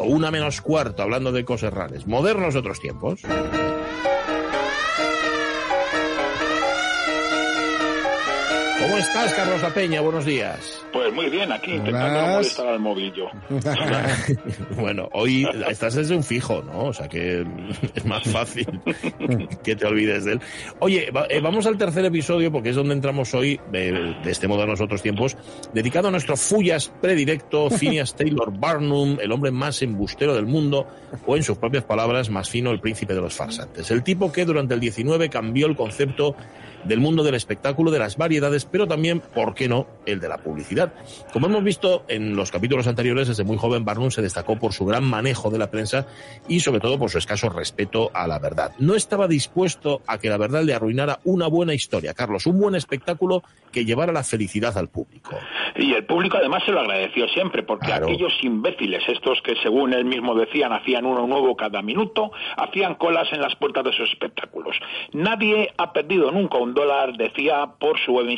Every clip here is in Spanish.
1:45, hablando de cosas raras. Modernos de otros tiempos. ¿Cómo estás, Carlos La Peña? Buenos días. Pues muy bien, aquí intentando no molestar al móvil yo. Bueno, hoy estás desde un fijo, ¿no? O sea que es más fácil que te olvides de él. Oye, vamos al tercer episodio, porque es donde entramos hoy, de este modo en los otros tiempos, dedicado a nuestro Fullas predilecto, Phineas Taylor Barnum, el hombre más embustero del mundo, o en sus propias palabras, más fino, el príncipe de los farsantes. El tipo que durante el 19 cambió el concepto del mundo del espectáculo, de las variedades, pero también, ¿por qué no?, el de la publicidad. Como hemos visto en los capítulos anteriores, desde muy joven Barnum se destacó por su gran manejo de la prensa y sobre todo por su escaso respeto a la verdad. No estaba dispuesto a que la verdad le arruinara una buena historia, Carlos, un buen espectáculo que llevara la felicidad al público. Y el público además se lo agradeció siempre, porque claro, aquellos imbéciles, estos que según él mismo decían hacían uno nuevo cada minuto, hacían colas en las puertas de sus espectáculos. Nadie ha perdido nunca $1, decía, por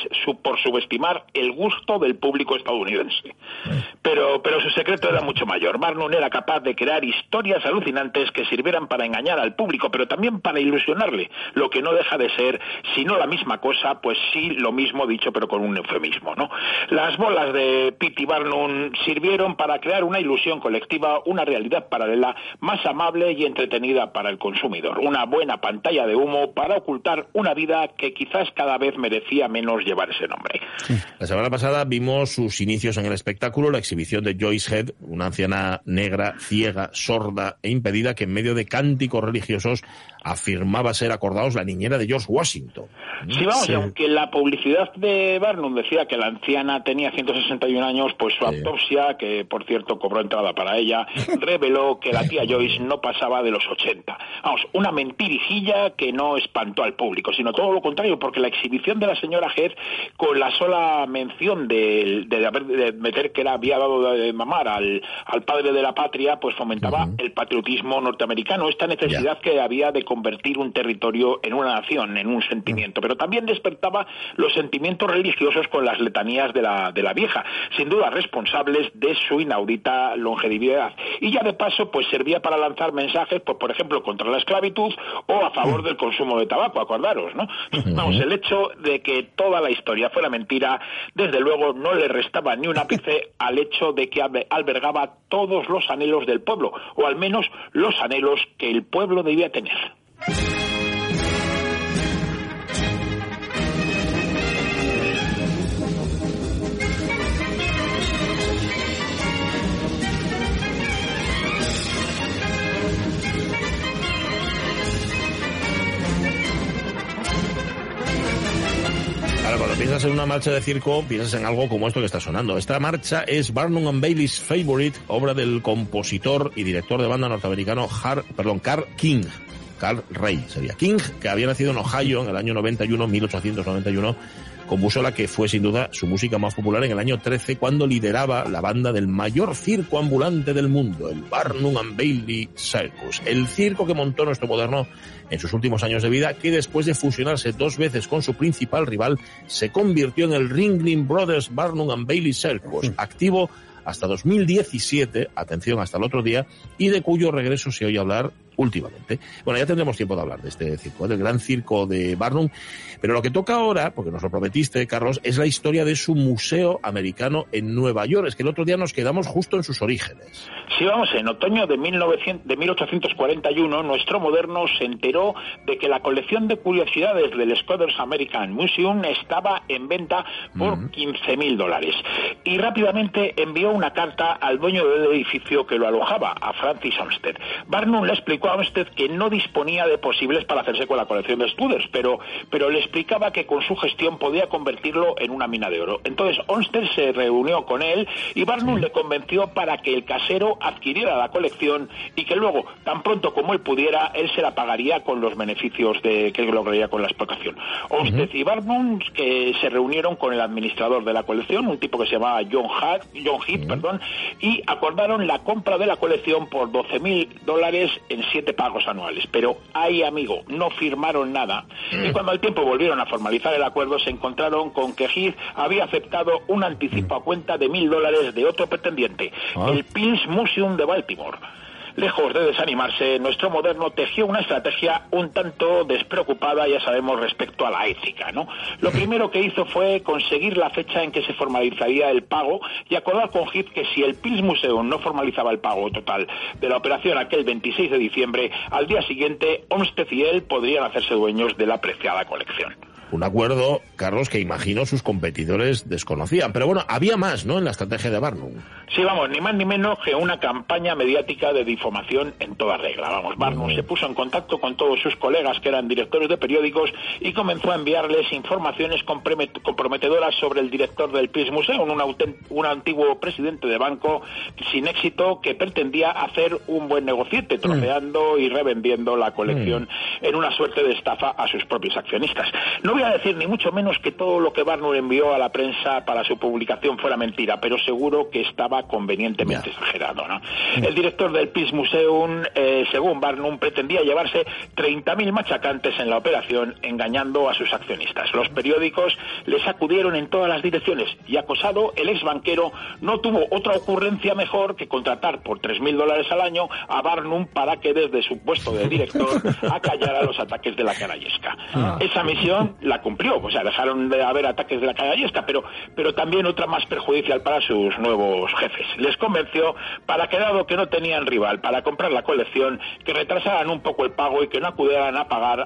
subestimar el gusto del público estadounidense. Pero su secreto era mucho mayor. Barnum era capaz de crear historias alucinantes que sirvieran para engañar al público, pero también para ilusionarle, lo que no deja de ser, si no la misma cosa, pues sí lo mismo dicho, pero con un eufemismo, ¿no? Las bolas de P.T. Barnum sirvieron para crear una ilusión colectiva, una realidad paralela más amable y entretenida para el consumidor. Una buena pantalla de humo para ocultar una vida que quizás cada vez merecía menos llevar ese nombre. La semana pasada vimos sus inicios en el espectáculo, la exhibición de Joyce Head, una anciana negra, ciega, sorda e impedida que en medio de cánticos religiosos afirmaba ser, acordaos, la niñera de George Washington. Sí, vamos, sí. Aunque la publicidad de Barnum decía que la anciana tenía 161 años, pues su autopsia, que por cierto cobró entrada para ella, reveló que la tía Joyce no pasaba de los 80. Vamos, una mentirijilla que no espantó al público, sino todo lo contrario, porque la exhibición de la señora Head, con la sola mención de meter que había dado de mamar al padre de la patria, pues fomentaba el patriotismo norteamericano, esta necesidad que había de convertir un territorio en una nación, en un sentimiento, pero también despertaba los sentimientos religiosos con las letanías de la vieja, sin duda responsables de su inaudita longevidad. Y ya de paso, pues servía para lanzar mensajes, pues por ejemplo, contra la esclavitud o a favor del consumo de tabaco, acordaros, ¿no? Vamos, el hecho de que toda la historia fuera mentira, desde luego no le restaba ni un ápice al hecho de que albergaba todos los anhelos del pueblo, o al menos los anhelos que el pueblo debía tener. Cuando piensas en una marcha de circo, piensas en algo como esto que está sonando. Esta marcha es Barnum and Bailey's Favorite, obra del compositor y director de banda norteamericano Carl King. Carl Ray sería. King, que había nacido en Ohio en el año 1891, compuso la que fue sin duda su música más popular en el año 13, cuando lideraba la banda del mayor circo ambulante del mundo, el Barnum and Bailey Circus, el circo que montó nuestro moderno en sus últimos años de vida, que después de fusionarse 2 veces con su principal rival, se convirtió en el Ringling Brothers Barnum and Bailey Circus, activo hasta 2017, atención, hasta el otro día, y de cuyo regreso se oye hablar últimamente. Bueno, ya tendremos tiempo de hablar de este circo, del gran circo de Barnum, pero lo que toca ahora, porque nos lo prometiste, Carlos, es la historia de su museo americano en Nueva York. Es que el otro día nos quedamos justo en sus orígenes. Sí, vamos, en otoño de 1841, nuestro moderno se enteró de que la colección de curiosidades del Scottish American Museum estaba en venta por $15,000, y rápidamente envió una carta al dueño del edificio que lo alojaba, a Francis Olmsted. Barnum le explicó a Olmsted que no disponía de posibles para hacerse con la colección de Studers, pero le explicaba que con su gestión podía convertirlo en una mina de oro. Entonces Olmsted se reunió con él y Barnum le convenció para que el casero adquiriera la colección y que luego, tan pronto como él pudiera, él se la pagaría con los beneficios que lograría con la explotación. Olmsted y Barnum que se reunieron con el administrador de la colección, un tipo que se llamaba John Heath, y acordaron la compra de la colección por $12,000 en 7 pagos anuales. Pero, ay amigo, no firmaron nada. Y cuando al tiempo volvieron a formalizar el acuerdo, se encontraron con que Heath había aceptado un anticipo a cuenta de $1.000 de otro pretendiente, el Pils Museum de Baltimore. Lejos de desanimarse, nuestro moderno tejió una estrategia un tanto despreocupada, ya sabemos, respecto a la ética, ¿no? Lo primero que hizo fue conseguir la fecha en que se formalizaría el pago y acordar con Heath que si el Pils Museum no formalizaba el pago total de la operación aquel 26 de diciembre, al día siguiente Olmsted y él podrían hacerse dueños de la apreciada colección. Un acuerdo, Carlos, que imagino sus competidores desconocían. Pero bueno, había más, ¿no?, en la estrategia de Barnum. Sí, vamos, ni más ni menos que una campaña mediática de difamación en toda regla. Vamos, Barnum se puso en contacto con todos sus colegas que eran directores de periódicos y comenzó a enviarles informaciones comprometedoras sobre el director del Pils Museum, un antiguo presidente de banco sin éxito que pretendía hacer un buen negociete, troceando y revendiendo la colección en una suerte de estafa a sus propios accionistas. No voy a decir ni mucho menos que todo lo que Barnum envió a la prensa para su publicación fuera mentira, pero seguro que estaba convenientemente exagerado, ¿no? El director del Pils Museum, según Barnum, pretendía llevarse 30.000 machacantes en la operación, engañando a sus accionistas. Los periódicos les acudieron en todas las direcciones y, acosado, el ex banquero no tuvo otra ocurrencia mejor que contratar por $3.000 al año a Barnum para que desde su puesto de director acallara los ataques de la canallesca. Esa misión la cumplió, o sea, dejaron de haber ataques de la canallesca, pero también otra más perjudicial para sus nuevos jefes. Les convenció, para que dado que no tenían rival para comprar la colección, que retrasaran un poco el pago y que no acudieran a pagar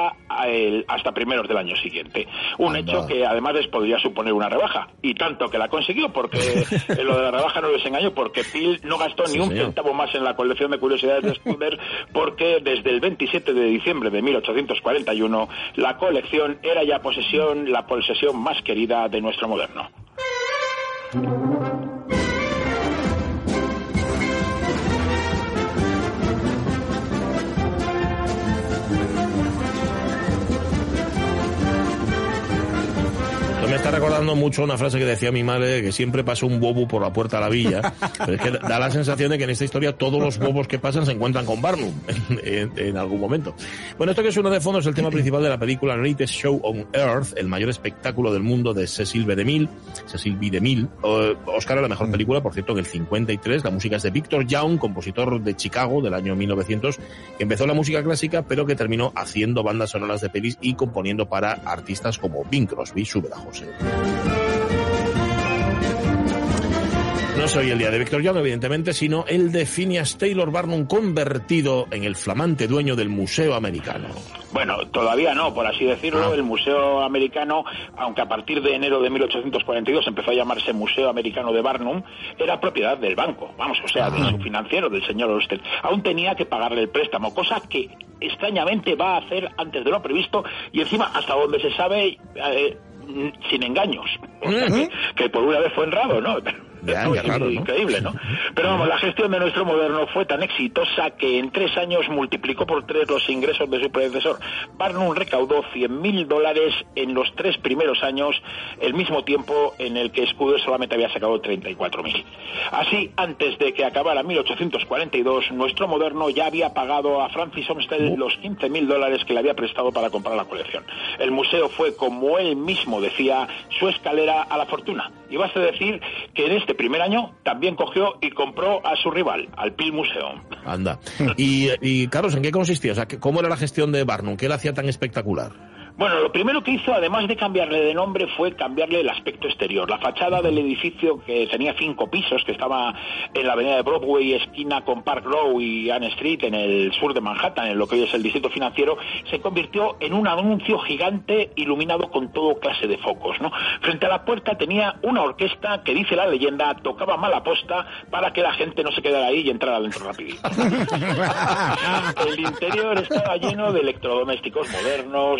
hasta primeros del año siguiente. Un hecho que además les podría suponer una rebaja, y tanto que la consiguió, porque lo de la rebaja no les engañó, porque Pils no gastó ni un centavo más en la colección de curiosidades de Scudder, porque desde el 27 de diciembre de 1841 la colección era ya la posesión más querida de nuestro moderno. Me está recordando mucho una frase que decía mi madre, que siempre pasa un bobo por la puerta de la villa. Pero es que da la sensación de que en esta historia todos los bobos que pasan se encuentran con Barnum en algún momento. Bueno, esto que suena de fondo es el tema principal de la película Greatest Show on Earth, el mayor espectáculo del mundo, de Cecil B. DeMille. Oscar a la mejor película, por cierto, en el 53. La música es de Victor Young, compositor de Chicago del año 1900, que empezó la música clásica, pero que terminó haciendo bandas sonoras de pelis y componiendo para artistas como Bing Crosby. Súbela, José. No soy el día de Victor Young, evidentemente, sino el de Phineas Taylor Barnum, convertido en el flamante dueño del Museo Americano. Bueno, todavía no, por así decirlo. El Museo Americano, aunque a partir de enero de 1842 empezó a llamarse Museo Americano de Barnum, era propiedad del banco, o sea, de su financiero, del señor Olmsted. Aún tenía que pagarle el préstamo, cosa que extrañamente va a hacer antes de lo previsto, y encima, hasta donde se sabe, sin engaños, o sea, que por una vez fue honrado, ¿no? Increíble, ¿no? Pero vamos, la gestión de nuestro moderno fue tan exitosa que en 3 años multiplicó por 3 los ingresos de su predecesor. Barnum recaudó $100.000 en los 3 primeros años, el mismo tiempo en el que Scudder solamente había sacado 34.000. Así, antes de que acabara 1842, nuestro moderno ya había pagado a Francis Olmsted los $15.000 que le había prestado para comprar la colección. El museo fue, como él mismo decía, su escalera a la fortuna. Y basta decir que en este primer año también cogió y compró a su rival, al Pils Museum. Anda. Y Carlos, ¿en qué consistía? O sea, ¿cómo era la gestión de Barnum? ¿Qué le hacía tan espectacular? Bueno, lo primero que hizo, además de cambiarle de nombre, fue cambiarle el aspecto exterior. La fachada del edificio, que tenía 5 pisos, que estaba en la avenida de Broadway, esquina con Park Row y Ann Street, en el sur de Manhattan, en lo que hoy es el distrito financiero, se convirtió en un anuncio gigante iluminado con todo clase de focos, ¿no? Frente a la puerta tenía una orquesta que, dice la leyenda, tocaba mala posta para que la gente no se quedara ahí y entrara dentro rapidito. El interior estaba lleno de electrodomésticos modernos, de dioramas,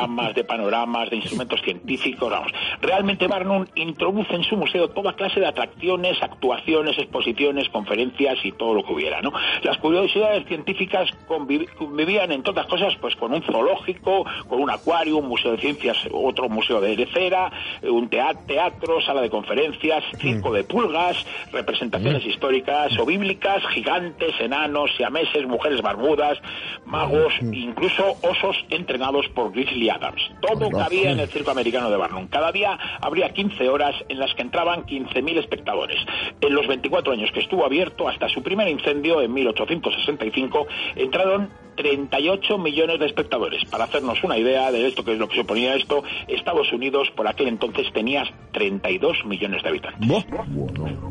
dioramas, de panoramas, de instrumentos científicos, vamos. Realmente Barnum introduce en su museo toda clase de atracciones, actuaciones, exposiciones, conferencias y todo lo que hubiera, ¿no? Las curiosidades científicas convivían, entre otras cosas, pues con un zoológico, con un acuario, un museo de ciencias, otro museo de cera, un teatro, sala de conferencias, circo de pulgas, representaciones históricas o bíblicas, gigantes, enanos, siameses, mujeres barbudas, magos, incluso osos entrenados por Grizzly Adams. Todo cabía en el circo americano de Barnum. Cada día habría 15 horas en las que entraban 15.000 espectadores. En los 24 años que estuvo abierto, hasta su primer incendio en 1865, entraron 38 millones de espectadores. Para hacernos una idea de esto, que es lo que suponía esto, Estados Unidos por aquel entonces tenía 32 millones de habitantes. Bueno.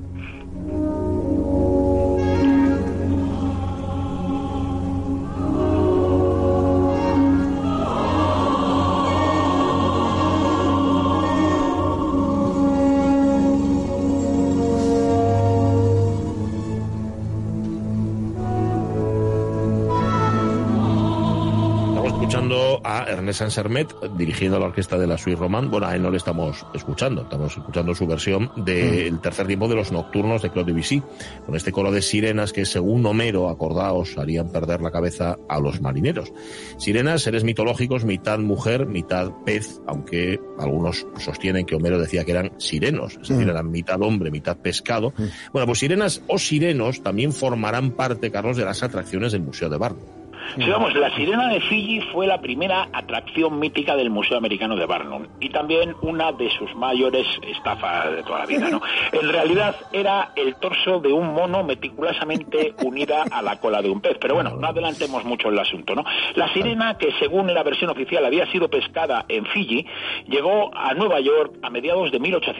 A Ernest Saint-Sermet dirigiendo la orquesta de la Suisse Romande. Bueno, a él no le estamos escuchando su versión del tercer tiempo de los nocturnos de Claude Debussy, con este coro de sirenas que, según Homero, acordaos, harían perder la cabeza a los marineros. Sirenas, seres mitológicos, mitad mujer, mitad pez, aunque algunos sostienen que Homero decía que eran sirenos, es decir, eran mitad hombre, mitad pescado. Bueno, pues sirenas o sirenos también formarán parte, Carlos, de las atracciones del Museo de Barnum. Sí, vamos, la sirena de Fiji fue la primera atracción mítica del Museo Americano de Barnum y también una de sus mayores estafas de toda la vida, ¿no? En realidad era el torso de un mono meticulosamente unida a la cola de un pez, pero bueno, no adelantemos mucho el asunto, ¿no? La sirena, que según la versión oficial había sido pescada en Fiji, llegó a Nueva York a mediados de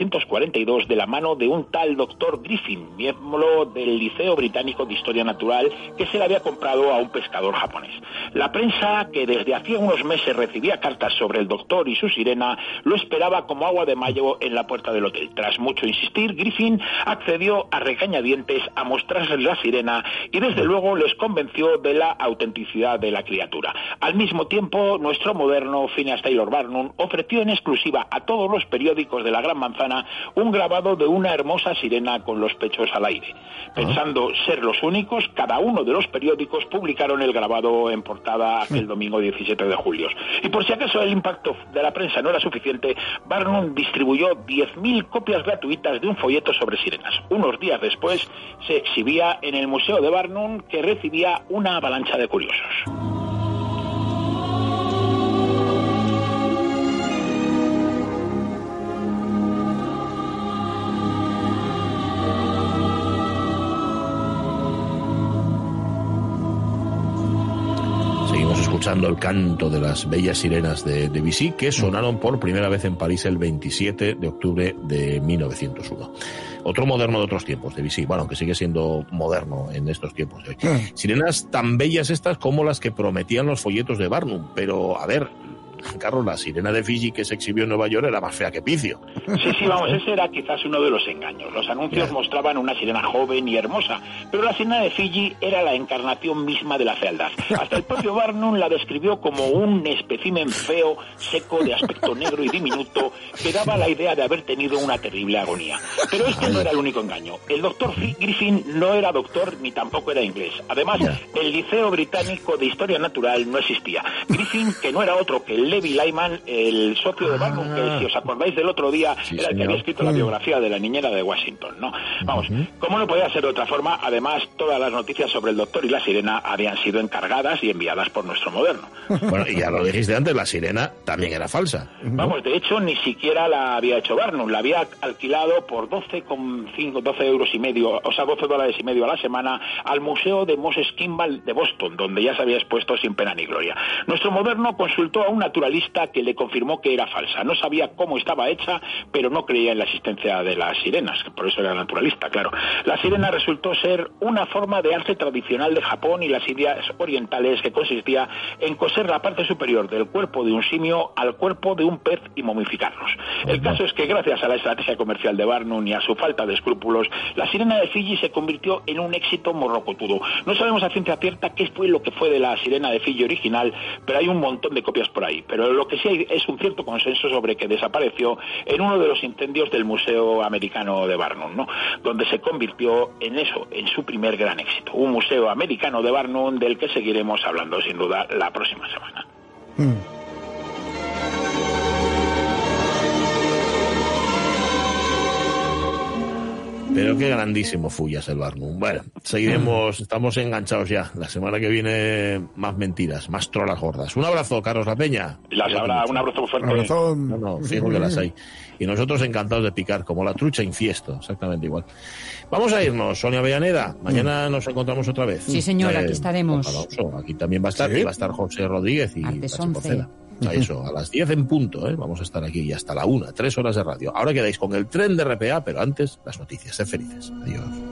1842 de la mano de un tal doctor Griffin, miembro del Liceo Británico de Historia Natural, que se le había comprado a un pescador japonés. La prensa, que desde hacía unos meses recibía cartas sobre el doctor y su sirena, lo esperaba como agua de mayo en la puerta del hotel. Tras mucho insistir, Griffin accedió a regañadientes a mostrarles la sirena y desde luego les convenció de la autenticidad de la criatura. Al mismo tiempo, nuestro moderno Phineas Taylor Barnum ofreció en exclusiva a todos los periódicos de la Gran Manzana un grabado de una hermosa sirena con los pechos al aire. Pensando ser los únicos, cada uno de los periódicos publicaron el grabado en portada aquel domingo 17 de julio. Y por si acaso el impacto de la prensa no era suficiente, Barnum distribuyó 10.000 copias gratuitas de un folleto sobre sirenas. Unos días después se exhibía en el Museo de Barnum, que recibía una avalancha de curiosos. Escuchando el canto de las bellas sirenas de Debussy, que sonaron por primera vez en París el 27 de octubre de 1901. Otro moderno de otros tiempos, Debussy, bueno, que sigue siendo moderno en estos tiempos. Sirenas tan bellas estas como las que prometían los folletos de Barnum, pero a ver, Carlos, la sirena de Fiji que se exhibió en Nueva York era más fea que Picio. Sí, vamos, ese era quizás uno de los engaños. Los anuncios mostraban una sirena joven y hermosa, pero la sirena de Fiji era la encarnación misma de la fealdad. Hasta el propio Barnum la describió como un espécimen feo, seco, de aspecto negro y diminuto, que daba la idea de haber tenido una terrible agonía. Pero este no era el único engaño. El doctor Griffin no era doctor ni tampoco era inglés. Además, el Liceo Británico de Historia Natural no existía. Griffin, que no era otro que Levi Lyman, el socio de Barnum, que si os acordáis del otro día, era el que había escrito la biografía de la niñera de Washington, ¿no? Vamos, como no podía ser de otra forma, además todas las noticias sobre el doctor y la sirena habían sido encargadas y enviadas por nuestro moderno. Bueno, y ya lo dijiste antes, la sirena también era falsa. Vamos, de hecho, ni siquiera la había hecho Barnum, la había alquilado por 12 euros y medio, o sea, $12 a la semana, al Museo de Moses Kimball de Boston, donde ya se había expuesto sin pena ni gloria. Nuestro moderno consultó a un naturalista que le confirmó que era falsa. No sabía cómo estaba hecha, pero no creía en la existencia de las sirenas, por eso era naturalista, claro. La sirena resultó ser una forma de arte tradicional de Japón y las Indias orientales, que consistía en coser la parte superior del cuerpo de un simio al cuerpo de un pez y momificarlos. El caso es que gracias a la estrategia comercial de Barnum y a su falta de escrúpulos, la sirena de Fiji se convirtió en un éxito morrocotudo. No sabemos a ciencia cierta qué fue lo que fue de la sirena de Fiji original, pero hay un montón de copias por ahí. pero lo que sí hay es un cierto consenso sobre que desapareció en uno de los incendios del Museo Americano de Barnum, ¿no? Donde se convirtió en eso, en su primer gran éxito. Un Museo Americano de Barnum del que seguiremos hablando sin duda la próxima semana. Pero qué grandísimo Fullas el Barnum. Bueno, seguiremos, estamos enganchados ya. La semana que viene más mentiras, más trolas gordas. Un abrazo, Carlos La Peña. Las habrá, un abrazo fuerte. Un abrazo. No, fijo que las hay. Y nosotros encantados de picar, como la trucha infiesto, exactamente igual. Vamos a irnos, Sonia Avellaneda. Mañana nos encontramos otra vez. Sí, señor, aquí estaremos. Alonso, aquí también va a estar, y va a estar José Rodríguez y Martes Pachi 11. Poceda. A eso, a las 10 en punto, vamos a estar aquí y hasta la 1, 3 horas de radio. Ahora quedáis con el tren de RPA, pero antes las noticias. Sed felices. Adiós.